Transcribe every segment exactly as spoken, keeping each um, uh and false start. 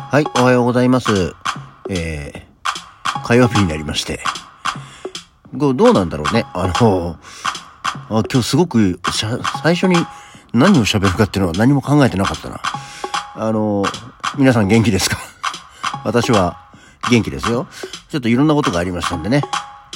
はい、おはようございます。えー、火曜日になりまして。どうなんだろうね。あの、あ今日すごくしゃ、最初に何を喋るかっていうのは何も考えてなかったな。あの、皆さん元気ですか？私は元気ですよ。ちょっといろんなことがありましたんでね。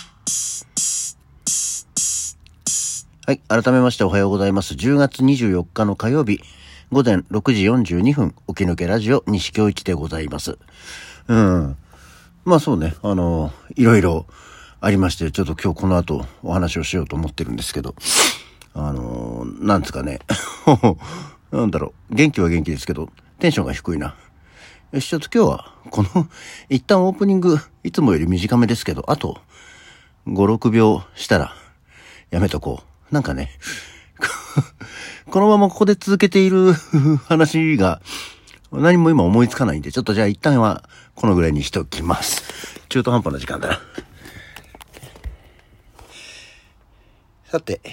はい、改めましておはようございます。じゅうがつにじゅうよっかの火曜日、午前ろくじよんじゅうにふん、起き抜けラジオ西京一でございます。うん。まあそうね、あの、いろいろありまして、ちょっと今日この後お話をしようと思ってるんですけど、あの、なんつかね、なんだろう、元気は元気ですけど、テンションが低いな。よし、ちょっと今日は、この、一旦オープニング、いつもより短めですけど、あと、ご、ろくびょうしたら、やめとこう。なんかね、このままここで続けている話が何も今思いつかないんで、ちょっとじゃあ一旦はこのぐらいにしておきます。中途半端な時間だな。さて、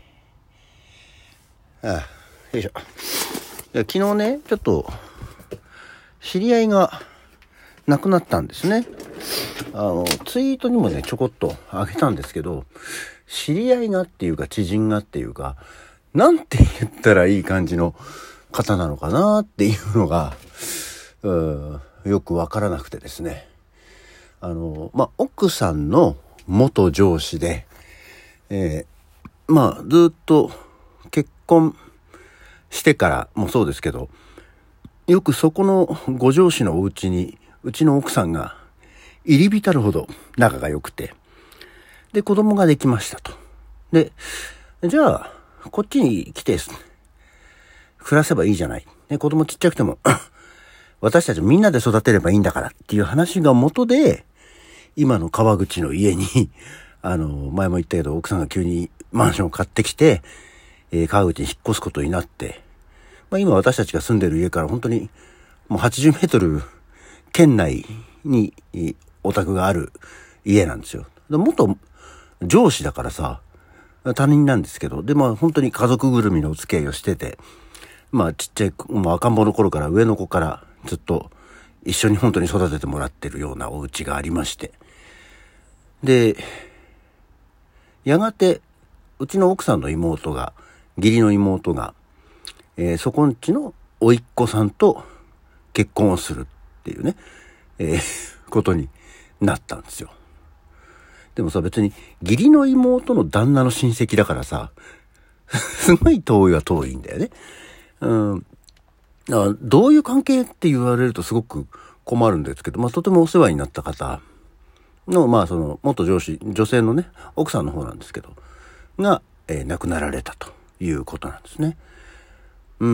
ああ、よいしょ。昨日ね、ちょっと知り合いが亡くなったんですね。あのツイートにもねちょこっとあげたんですけど、知り合いがっていうか知人がっていうか、なんて言ったらいい感じの方なのかなっていうのがうよくわからなくてですね。あのまあ奥さんの元上司で、えー、まあずっと結婚してからもそうですけど、よくそこのご上司のお家にうちの奥さんが入り浸るほど仲が良くて、で子供ができましたと。でじゃあこっちに来て暮らせばいいじゃない、ね、子供ちっちゃくても私たちみんなで育てればいいんだからっていう話が元で、今の川口の家にあの前も言ったけど、奥さんが急にマンションを買ってきて、えー、川口に引っ越すことになって、まあ、今私たちが住んでる家から本当にもうはちじゅうメートル圏内にお宅がある家なんですよ。で元上司だからさ、他人なんですけど、でまあ本当に家族ぐるみのお付き合いをしてて、まあちっちゃいもう赤ん坊の頃から上の子からずっと一緒に本当に育ててもらってるようなお家がありまして、でやがてうちの奥さんの妹が義理の妹が、えー、そこんちの甥っ子さんと結婚をするっていうね、えー、ことになったんですよ。でもさ、別に義理の妹の旦那の親戚だからさ、すごい遠いは遠いんだよね。うん。だからどういう関係って言われるとすごく困るんですけど、まあとてもお世話になった方の、まあその元上司、女性のね、奥さんの方なんですけど、が、えー、亡くなられたということなんですね。うん。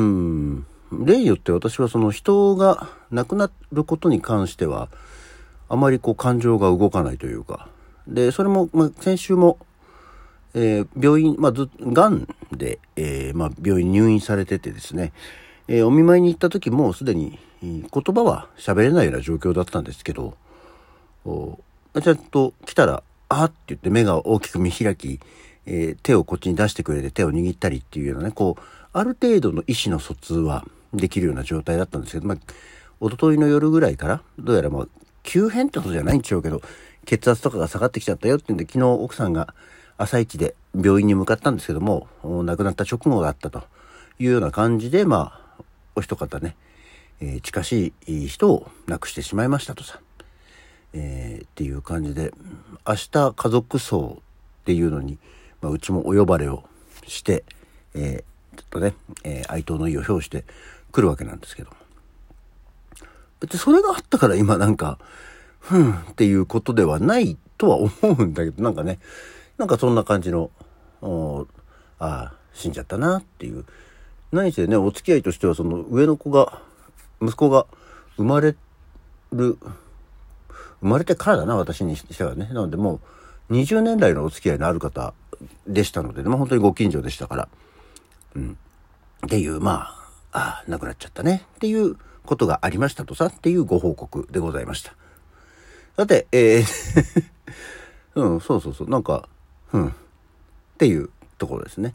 例によって私はその人が亡くなることに関しては、あまりこう感情が動かないというか、でそれも、まあ、先週も、えー、病院、まあ、ずがんで、えーまあ、病院入院されててですね、えー、お見舞いに行った時もすでに言葉は喋れないような状況だったんですけど、ちゃんと来たらあーって言って目が大きく見開き、えー、手をこっちに出してくれて手を握ったりっていうようなね、こうある程度の意思の疎通はできるような状態だったんですけど、まあ、一昨日の夜ぐらいからどうやらまあ急変ってことじゃないんでしょうけど、血圧とかが下がってきちゃったよって言うんで、昨日奥さんが朝一で病院に向かったんですけども、亡くなった直後だったというような感じで、まあお一方ね、えー、近しい人を亡くしてしまいましたとさ、えー、っていう感じで、明日家族葬っていうのに、まあ、うちもお呼ばれをして、えー、ちょっとね、えー、哀悼の意を表して来るわけなんですけど、別にそれがあったから今なんかふんっていうことではないとは思うんだけど、なんかね、なんかそんな感じの、ああ死んじゃったなっていう。何せね、お付き合いとしてはその上の子が息子が生まれる生まれてからだな、私にしてはね。なのでもうにじゅうねん来のお付き合いのある方でしたので、まあ本当にご近所でしたから、うんっていう、まああ亡くなっちゃったねっていうことがありましたとさっていうご報告でございました。さて、えーうん、そうそうそう、なんか、うん、っていうところですね。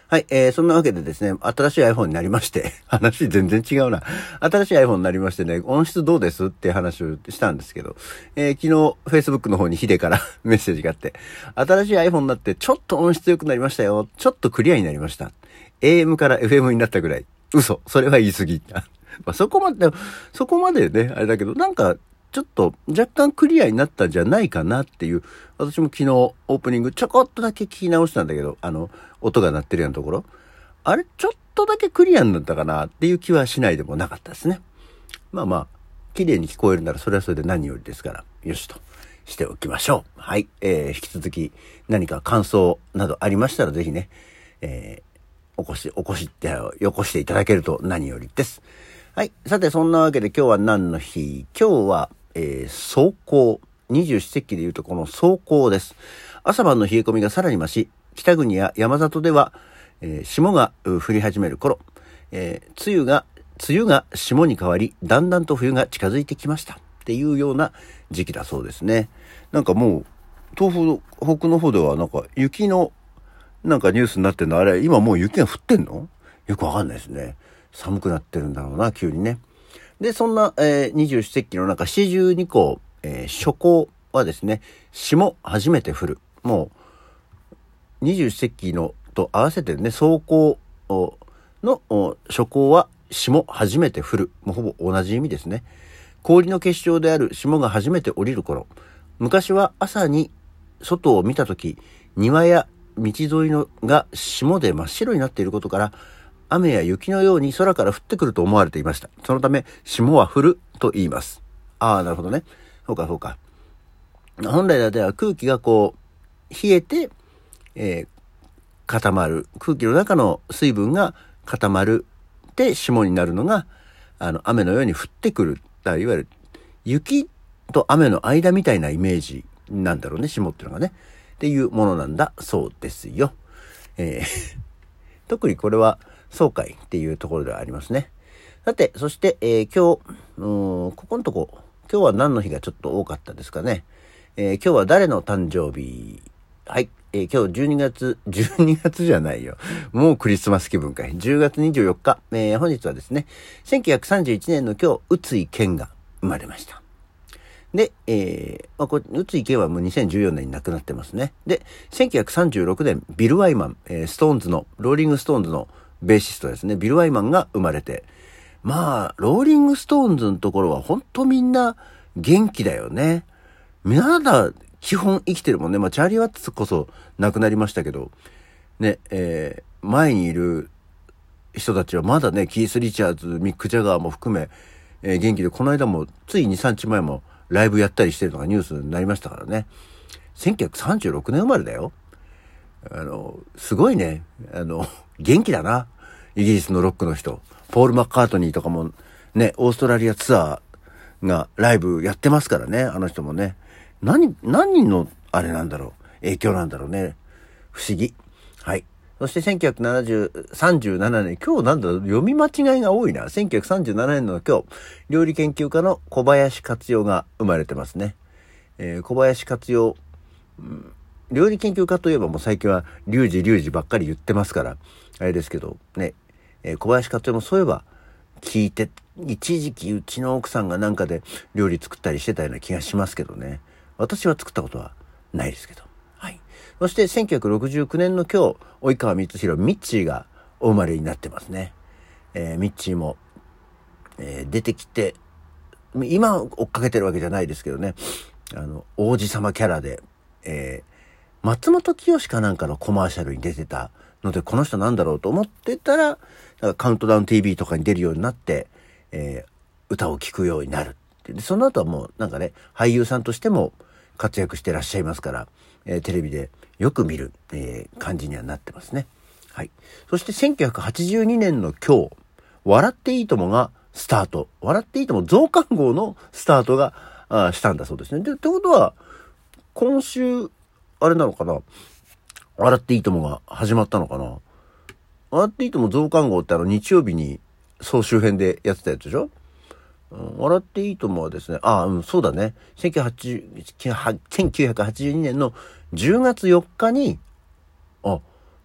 はい、えー、そんなわけでですね、新しい iPhone になりまして、話全然違うな。新しい iPhone になりましてね、音質どうですって話をしたんですけど、えー、昨日 Facebook の方にヒデからメッセージがあって、新しい iPhone になってちょっと音質良くなりましたよ。ちょっとクリアになりました。エーエム から エフエム になったぐらい。嘘。それは言い過ぎ。まあ、そこまで、そこまでね、あれだけど、なんか、ちょっと若干クリアになったんじゃないかなっていう、私も昨日オープニングちょこっとだけ聞き直したんだけど、あの、音が鳴ってるようなところ、あれちょっとだけクリアになったかなっていう気はしないでもなかったですね。まあまあ、綺麗に聞こえるならそれはそれで何よりですから、よしとしておきましょう。はい。えー、引き続き何か感想などありましたらぜひね、えー、起こし、起こしって、よこしていただけると何よりです。はい。さて、そんなわけで今日は何の日？今日は、えー、霜降。二十四節気で言うとこの霜降です。朝晩の冷え込みがさらに増し、北国や山里では、えー、霜が降り始める頃、えー、梅雨が、梅雨が霜に変わり、だんだんと冬が近づいてきましたっていうような時期だそうですね。なんかもう、東北の方ではなんか雪のなんかニュースになってるのあれ、今もう雪が降ってんの？よくわかんないですね。寒くなってるんだろうな、急にね。で、そんな、えー、二十四節気の中、四十二候、えー、初降はですね、霜初めて降る。もう、二十四節気のと合わせてね、霜降の初降は霜初めて降る。もうほぼ同じ意味ですね。氷の結晶である霜が初めて降りる頃。昔は朝に外を見たとき、庭や道沿いのが霜で真っ白になっていることから、雨や雪のように空から降ってくると思われていました。そのため、霜は降ると言います。ああ、なるほどね。そうか、そうか。本来では空気がこう、冷えて、えー、固まる。空気の中の水分が固まる。で、霜になるのが、あの、雨のように降ってくる。だからいわゆる、雪と雨の間みたいなイメージなんだろうね、霜っていうのがね。っていうものなんだそうですよ。えー、特にこれは、爽快っていうところではありますね。さて、そして、えー、今日、うーん、ここのとこ、今日は何の日がちょっと多かったですかね。えー、今日は誰の誕生日？はい、えー、今日じゅうにがつ、じゅうにがつじゃないよ。もうクリスマス気分かい。じゅうがつにじゅうよっか、えー、本日はですね、せんきゅうひゃくさんじゅういちねんの今日、宇津井健が生まれました。で、えー、まあ、これ、宇津井健はもうにせんじゅうよねんに亡くなってますね。で、せんきゅうひゃくさんじゅうろくねん、ビル・ワイマン、えー、ストーンズの、ローリング・ストーンズのベーシストですね、ビル・ワイマンが生まれて、まあ、ローリング・ストーンズのところは本当みんな元気だよね。みんな基本生きてるもんね。まあ、チャーリー・ワッツこそ亡くなりましたけど、ね、えー、前にいる人たちはまだね、キース・リチャーズ、ミック・ジャガーも含め、えー、元気で、この間も、ついに、さんにちまえもライブやったりしてるのがニュースになりましたからね。せんきゅうひゃくさんじゅうろくねん生まれだよ。あの、すごいね。あの、元気だな。イギリスのロックの人。ポール・マッカートニーとかもね、オーストラリアツアーがライブやってますからね、あの人もね。何、何のあれなんだろう。影響なんだろうね。不思議。はい。そしてせんきゅうひゃくさんじゅうななねん、今日なんだろう、読み間違いが多いな。せんきゅうひゃくさんじゅうななねんの今日、料理研究家の小林克代が生まれてますね。えー、小林克代、うん、料理研究家といえばもう最近はリュウジリュウジばっかり言ってますから、あれですけど、ね、えー、小林克代もそういえば聞いて、一時期うちの奥さんがなんかで料理作ったりしてたような気がしますけどね。私は作ったことはないですけど。はい。そしてせんきゅうひゃくろくじゅうきゅうねんの今日、及川光弘、ミッチーがお生まれになってますね。えー、ミッチーも、えー、出てきて、今追っかけてるわけじゃないですけどね。あの、王子様キャラで、えー、松本清かなんかのコマーシャルに出てたので、この人なんだろうと思ってたら、なんかカウントダウン ティーブイ とかに出るようになって、えー、歌を聴くようになる。で、その後はもうなんかね、俳優さんとしても活躍してらっしゃいますから、えー、テレビでよく見る、えー、感じにはなってますね。はい。そしてせんきゅうひゃくはちじゅうにねんの今日、笑っていいともがスタート。笑っていいとも増刊号のスタートがあしたんだそうですね。で、ってことは、今週、あれなのかな、笑っていいともが始まったのかな。笑っていいとも増刊号ってあの日曜日に総集編でやってたやつでしょ。うん、笑っていいともはですね、ああ、うん、そうだね。せんきゅうひゃくはちじゅうにねんのじゅうがつよっかに、あ、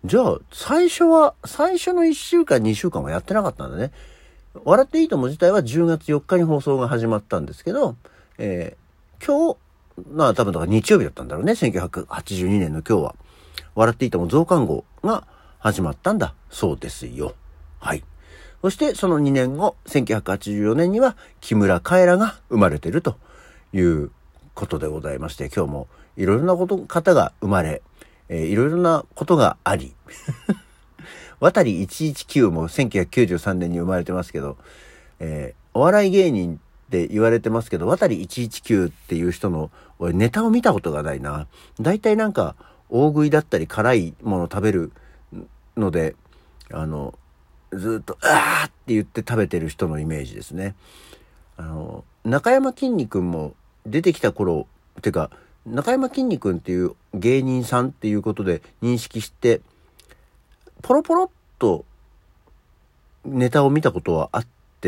じゃあ、最初は、最初のいっしゅうかん、にしゅうかんはやってなかったんだね。笑っていいとも自体はじゅうがつよっかに放送が始まったんですけど、えー、今日、まあ多分だから日曜日だったんだろうね。せんきゅうひゃくはちじゅうにねんの今日は。笑っていいとも増刊号が始まったんだそうですよ。はい。そしてそのにねんご、せんきゅうひゃくはちじゅうよねんには木村カエラが生まれてるということでございまして、今日もいろいろなこと方が生まれ、えー、いろいろなことがあり渡りいちいちきゅうもせんきゅうひゃくきゅうじゅうさんねんに生まれてますけど、えー、お笑い芸人って言われてますけど、渡りいちいちきゅうっていう人の俺ネタを見たことがないな。だいたいなんか大食いだったり辛いもの食べるので、あのずっとあーって言って食べてる人のイメージですね。あの中山きんに君も出てきた頃てか、中山きんに君っていう芸人さんっていうことで認識して、ポロポロっとネタを見たことはあって、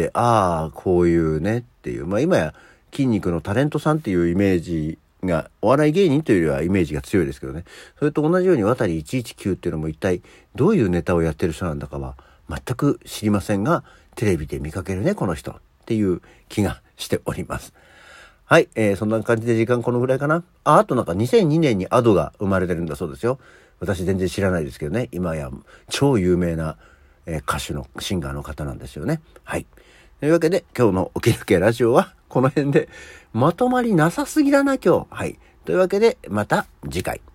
ああこういうねっていう、まあ今や筋肉のタレントさんっていうイメージが、お笑い芸人というよりはイメージが強いですけどね。それと同じように渡りいちいちきゅうっていうのも一体どういうネタをやってる人なんだかは全く知りませんが、テレビで見かけるねこの人っていう気がしております。はい、えー、そんな感じで時間このぐらいかな。あ、あとなんかにせんにねんにアドが生まれてるんだそうですよ。私全然知らないですけどね。今や超有名な、えー、歌手のシンガーの方なんですよね。はい。というわけで今日の起き抜けラジオはこの辺で、まとまりなさすぎだな今日。はい。というわけでまた次回。